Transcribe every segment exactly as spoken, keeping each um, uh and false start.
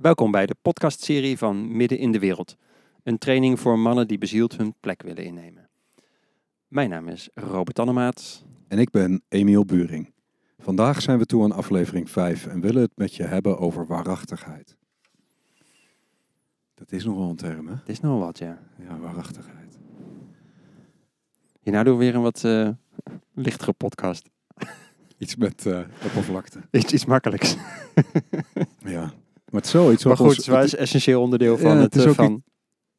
Welkom bij de podcastserie van Midden in de Wereld. Een training voor mannen die bezield hun plek willen innemen. Mijn naam is Robert Annemaat. En ik ben Emiel Buring. Vandaag zijn we toe aan aflevering vijf en willen het met je hebben over waarachtigheid. Dat is nogal een term, hè? Het is nog wat, ja. Ja, waarachtigheid. Hierna doen we weer een wat uh, lichtere podcast. Iets met uh, oppervlakte. Iets, iets makkelijks. Ja, maar het is zoiets Maar wat goed, ons... het is een essentieel onderdeel van Ja, het... het is uh, ook van... niet-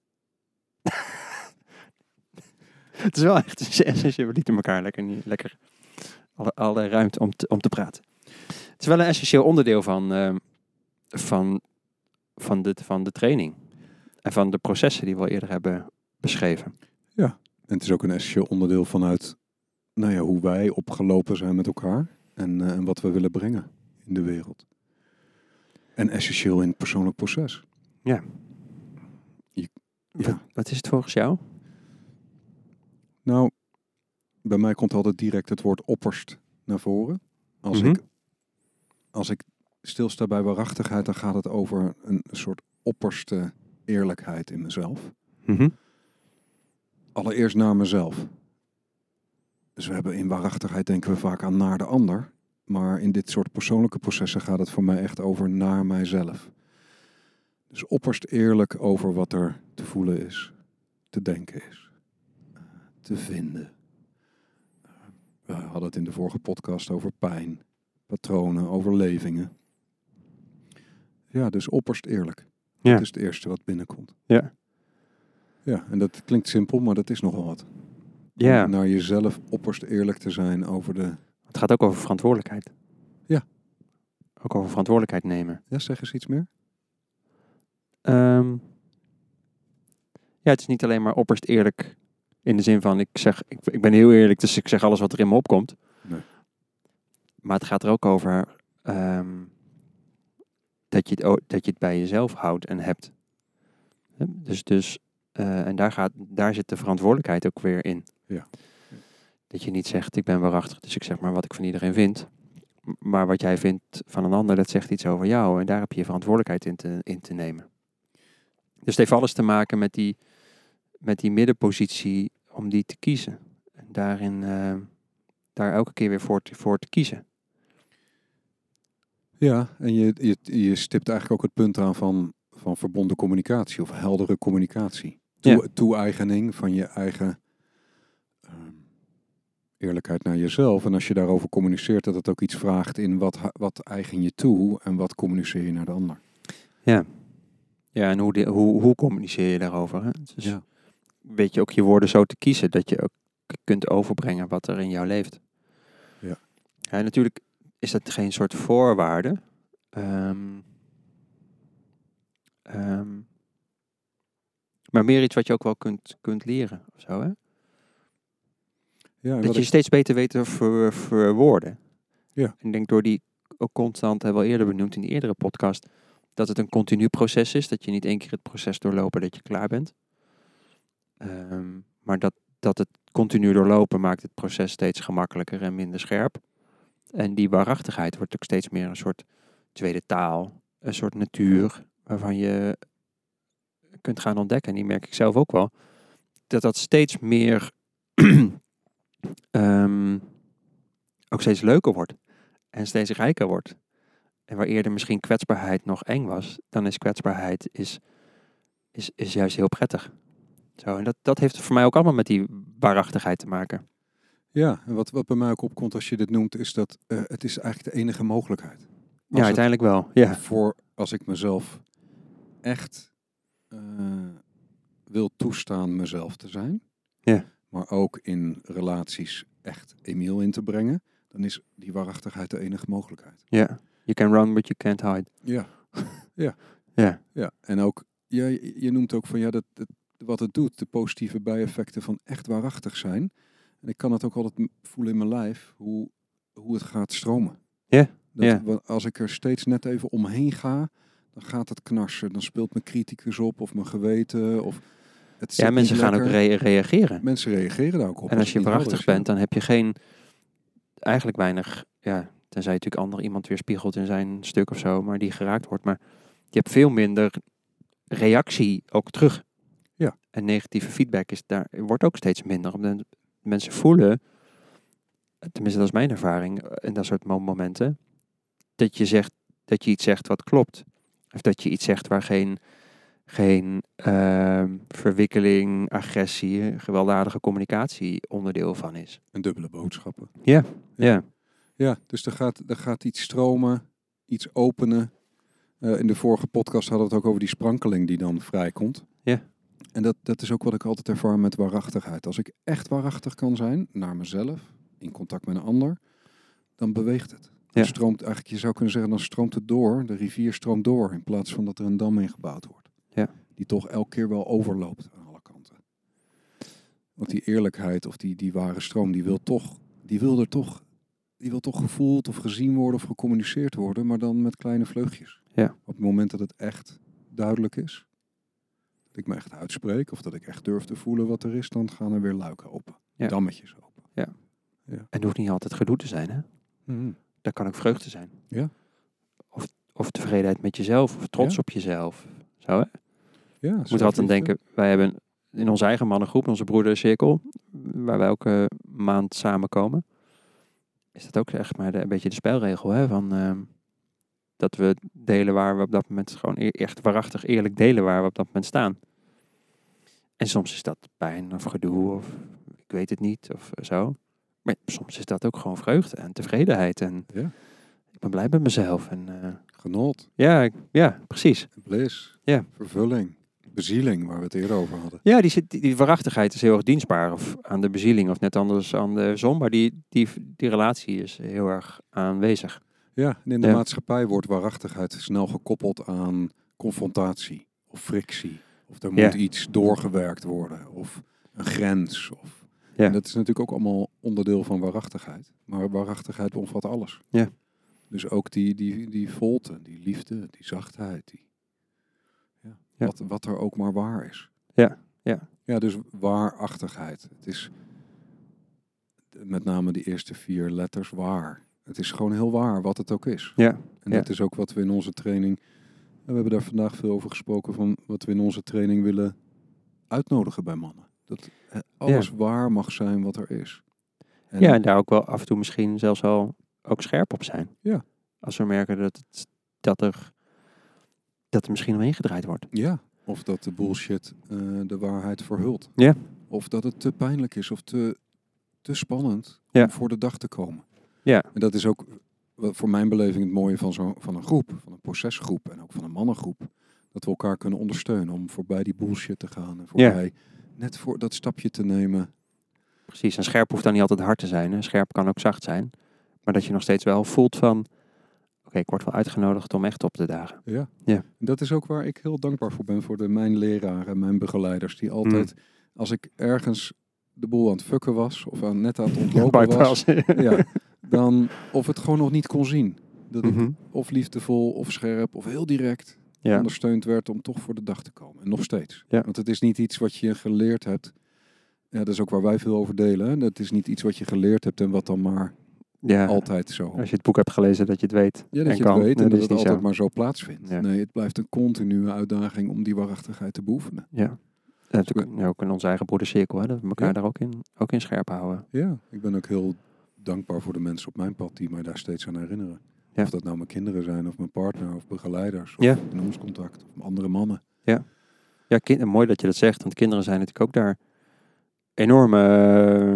het is wel echt essentieel. We lieten elkaar lekker, niet, lekker alle, alle ruimte om te, om te praten. Het is wel een essentieel onderdeel van, uh, van, van, de, van de training. En van de processen die we al eerder hebben beschreven. En het is ook een essentieel onderdeel vanuit nou ja, hoe wij opgelopen zijn met elkaar. En, uh, en wat we willen brengen in de wereld. En essentieel in het persoonlijk proces. Ja. Je, Wat, ja. wat is het volgens jou? Nou, bij mij komt altijd direct het woord opperst naar voren. Als, Mm-hmm. ik, als ik stilsta bij waarachtigheid, dan gaat het over een soort opperste eerlijkheid in mezelf. Mm-hmm. Allereerst naar mezelf. Dus we hebben in waarachtigheid denken we vaak aan naar de ander. Maar in dit soort persoonlijke processen gaat het voor mij echt over naar mijzelf. Dus opperst eerlijk over wat er te voelen is, te denken is, te vinden. We hadden het in de vorige podcast over pijn, patronen, overlevingen. Ja, dus opperst eerlijk. Ja. Dat is het eerste wat binnenkomt. Ja. Ja, en dat klinkt simpel, maar dat is nogal wat. Ja. Om naar jezelf opperst eerlijk te zijn over de... Het gaat ook over verantwoordelijkheid. Ja. Ook over verantwoordelijkheid nemen. Ja, zeg eens iets meer. Um, ja, het is niet alleen maar opperst eerlijk in de zin van ik zeg, ik, ik ben heel eerlijk, dus ik zeg alles wat er in me opkomt. Nee. Maar het gaat er ook over um, dat, je het, o- dat je het bij jezelf houdt en hebt. Hè? Dus, dus uh, en daar, gaat, daar zit de verantwoordelijkheid ook weer in. Ja. Dat je niet zegt, ik ben waarachtig, dus ik zeg maar wat ik van iedereen vind. Maar wat jij vindt van een ander, dat zegt iets over jou. En daar heb je je verantwoordelijkheid in te, in te nemen. Dus het heeft alles te maken met die, met die middenpositie om die te kiezen. En daarin, uh, daar elke keer weer voor te, voor te kiezen. Ja, en je, je, je stipt eigenlijk ook het punt aan van, van verbonden communicatie of heldere communicatie. Toe, Ja. Toe-eigening van je eigen uh, eerlijkheid naar jezelf. En als je daarover communiceert, dat het ook iets vraagt in wat, wat eigen je toe en wat communiceer je naar de ander. Ja, ja en hoe, de, hoe, hoe communiceer je daarover? Hè? Dus Ja. weet je ook je woorden zo te kiezen dat je ook kunt overbrengen wat er in jou leeft. Ja. Ja, natuurlijk is dat geen soort voorwaarde. Um, um, maar meer iets wat je ook wel kunt, kunt leren. Of zo, hè? Ja, Dat je ik... steeds beter weet te ver, verwoorden. Ja. En ik denk door die ook constant, hebben we al eerder benoemd in die eerdere podcast, dat het een continu proces is. Dat je niet één keer het proces doorlopen dat je klaar bent. Um, maar dat, dat het continu doorlopen maakt het proces steeds gemakkelijker en minder scherp. En die waarachtigheid wordt ook steeds meer een soort tweede taal. Een soort natuur waarvan je kunt gaan ontdekken. En die merk ik zelf ook wel. Dat dat steeds meer um, ook steeds leuker wordt. En steeds rijker wordt. En waar eerder misschien kwetsbaarheid nog eng was, dan is kwetsbaarheid is, is, is juist heel prettig. Zo, en dat, dat heeft voor mij ook allemaal met die waarachtigheid te maken. Ja, en wat, wat bij mij ook opkomt als je dit noemt, is dat uh, het is eigenlijk de enige mogelijkheid. Als ja, uiteindelijk wel. Ja. Voor als ik mezelf echt uh, wil toestaan mezelf te zijn, ja. maar ook in relaties echt Emiel in te brengen, dan is die waarachtigheid de enige mogelijkheid. Ja, yeah. You can run but you can't hide. Ja, ja. Ja. Ja, en ook, ja, je, je noemt ook van ja, dat, dat, wat het doet, de positieve bijeffecten van echt waarachtig zijn. En ik kan het ook altijd voelen in mijn lijf, hoe, hoe het gaat stromen. Ja, dat, ja. Als ik er steeds net even omheen ga, dan gaat het knarsen. Dan speelt mijn criticus op of mijn geweten. Of het ja, mensen gaan ook re- reageren. Mensen reageren daar ook op. En als je waarachtig bent, ja. dan heb je geen, eigenlijk weinig, ja, tenzij je natuurlijk ander iemand weer spiegelt in zijn stuk of zo, maar die geraakt wordt. Maar je hebt veel minder reactie ook terug. Ja. En negatieve feedback is daar, wordt ook steeds minder. Omdat mensen voelen, tenminste dat is mijn ervaring in dat soort momenten, dat je zegt, dat je iets zegt wat klopt. Of dat je iets zegt waar geen, geen uh, verwikkeling, agressie, gewelddadige communicatie onderdeel van is. En dubbele boodschappen. Ja, ja. Ja, ja dus er gaat, er gaat iets stromen, iets openen. Uh, in de vorige podcast hadden we het ook over die sprankeling die dan vrijkomt. Ja. En dat, dat is ook wat ik altijd ervaar met waarachtigheid. Als ik echt waarachtig kan zijn, naar mezelf, in contact met een ander, dan beweegt het. Dan Ja. stroomt eigenlijk, je zou kunnen zeggen, dan stroomt het door. De rivier stroomt door, in plaats van dat er een dam in gebouwd wordt. Ja. Die toch elke keer wel overloopt aan alle kanten. Want die eerlijkheid of die, die ware stroom, die wil toch, die wil er toch, die wil toch gevoeld of gezien worden of gecommuniceerd worden, maar dan met kleine vleugjes. Ja. Op het moment dat het echt duidelijk is, dat ik me echt uitspreek of dat ik echt durf te voelen wat er is, dan gaan er weer luiken open. Ja. Dammetjes open. Ja. Ja. En het hoeft niet altijd gedoe te zijn, hè? Mm-hmm. Dat kan ook vreugde zijn. Ja. Of, of tevredenheid met jezelf, of trots Ja. op jezelf. Zo, hè? Ja, Ik moet er altijd aan denken, wij hebben in onze eigen mannengroep, onze broedercirkel, waar wij elke maand samenkomen, is dat ook echt maar de, een beetje de spelregel, hè? Van, uh, dat we delen waar we op dat moment gewoon e- echt waarachtig eerlijk delen waar we op dat moment staan. En soms is dat pijn of gedoe of ik weet het niet of zo. Maar soms is dat ook gewoon vreugde en tevredenheid en Ja. ik ben blij met mezelf. En, uh, Genot, ja, ik- ja, precies. bliss, Ja. vervulling, bezieling, waar we het eerder over hadden. Ja, die, zit, die, die waarachtigheid is heel erg dienstbaar of aan de bezieling of net anders aan de zon. Maar die, die, die relatie is heel erg aanwezig. Ja, en in de Ja. maatschappij wordt waarachtigheid snel gekoppeld aan confrontatie of frictie. Of er Ja. moet iets doorgewerkt worden of een grens. Of... Ja. En dat is natuurlijk ook allemaal onderdeel van waarachtigheid. Maar waarachtigheid omvat alles. Ja. Dus ook die, die, die volte, die liefde, die zachtheid. Die... Ja. Ja. Wat, wat er ook maar waar is. Ja, ja. Ja, dus waarachtigheid. Het is met name die eerste vier letters waar. Het is gewoon heel waar wat het ook is. Ja. En Ja. dat is ook wat we in onze training... We hebben daar vandaag veel over gesproken van wat we in onze training willen uitnodigen bij mannen. Dat eh, alles Ja. waar mag zijn wat er is. En Ja, en daar ook wel af en toe misschien zelfs wel ook scherp op zijn. Ja. Als we merken dat, het, dat, er, dat er misschien omheen gedraaid wordt. Ja, of dat de bullshit uh, de waarheid verhult. Ja. Of dat het te pijnlijk is of te, te spannend Ja. om voor de dag te komen. Ja. En dat is ook voor mijn beleving het mooie van, zo, van een groep, van een procesgroep en ook van een mannengroep. Dat we elkaar kunnen ondersteunen om voorbij die bullshit te gaan. En voorbij Ja. net voor dat stapje te nemen. Precies, en scherp hoeft dan niet altijd hard te zijn. Hè. Scherp kan ook zacht zijn. Maar dat je nog steeds wel voelt van... Oké, okay, ik word wel uitgenodigd om echt op te dagen. Ja. Ja. En dat is ook waar ik heel dankbaar voor ben. Voor de, mijn leraren en mijn begeleiders. Die altijd, mm. als ik ergens de boel aan het fucken was. Of aan, net aan het ontlopen was. Ja, dan, of het gewoon nog niet kon zien. Dat ik mm-hmm. of liefdevol of scherp of heel direct ja. ondersteund werd om toch voor de dag te komen. En nog steeds. Ja. Want het is niet iets wat je geleerd hebt. Ja, dat is ook waar wij veel over delen. Hè? Dat is niet iets wat je geleerd hebt en wat dan maar ja. altijd zo... Als je het boek hebt gelezen, dat je het weet. Ja, dat en je kan. het weet en nee, dat, dat het altijd zo. maar zo plaatsvindt. Ja. Nee, het blijft een continue uitdaging om die waarachtigheid te beoefenen. Ja. Dat is ook, ook in onze eigen broedercirkel, hè, dat we elkaar ja. daar ook in, ook in scherp houden. Ja, ik ben ook heel dankbaar voor de mensen op mijn pad die mij daar steeds aan herinneren. Ja. Of dat nou mijn kinderen zijn, of mijn partner, of begeleiders, of ja. noemscontact, of andere mannen. Ja, ja kind, mooi dat je dat zegt, want kinderen zijn natuurlijk ook daar enorme uh,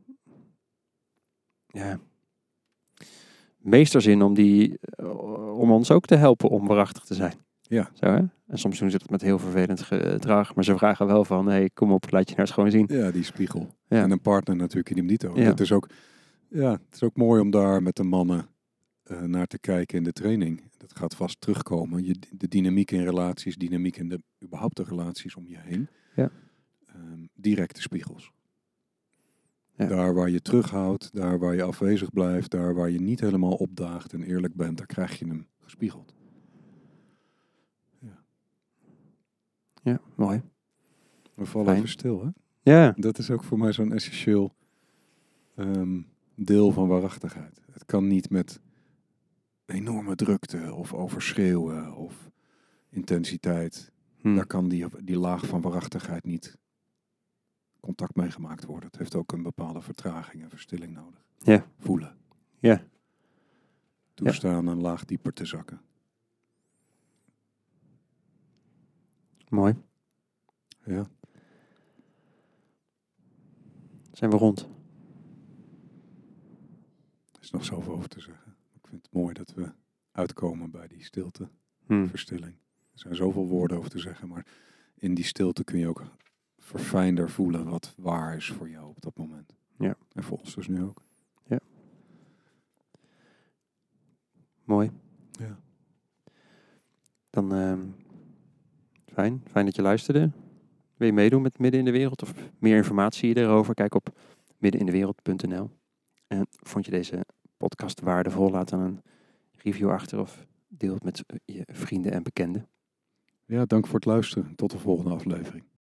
ja, meesters in om, die, uh, om ons ook te helpen om waarachtig te zijn. Ja. Zo, hè? En soms doen ze het met heel vervelend gedrag, maar ze vragen wel van, hey, kom op, laat je nou eens gewoon zien. Ja, die spiegel. Ja. En een partner natuurlijk in die dito. Ja. Het is ook, ja, het is ook mooi om daar met de mannen uh, naar te kijken in de training. Dat gaat vast terugkomen. Je, de dynamiek in relaties, dynamiek in de überhaupt de relaties om je heen. Ja. Um, directe spiegels. Ja. Daar waar je terughoudt, daar waar je afwezig blijft, daar waar je niet helemaal opdaagt en eerlijk bent, daar krijg je hem gespiegeld. Ja, ja mooi. We vallen Fijn. even stil, hè? Ja. Dat is ook voor mij zo'n essentieel um, deel van waarachtigheid. Het kan niet met enorme drukte of overschreeuwen of intensiteit. Hmm. Daar kan die, die laag van waarachtigheid niet contact mee gemaakt worden. Het heeft ook een bepaalde vertraging en verstilling nodig. Ja. Voelen. Ja. Toestaan een laag dieper te zakken. Mooi. Ja. Zijn we rond? Er is nog zoveel over te zeggen. Ik vind het mooi dat we uitkomen bij die stilte, Hmm. verstilling. Er zijn zoveel woorden over te zeggen, maar in die stilte kun je ook verfijnder voelen wat waar is voor jou op dat moment. Ja. En voor ons dus nu ook. Ja. Mooi. Ja. Dan uh, fijn. Fijn dat je luisterde. Wil je meedoen met Midden in de Wereld of meer informatie erover? Kijk op middenindewereld punt n l. En vond je deze podcast waardevol? Laat dan een review achter of deel het met je vrienden en bekenden. Ja, dank voor het luisteren. Tot de volgende aflevering.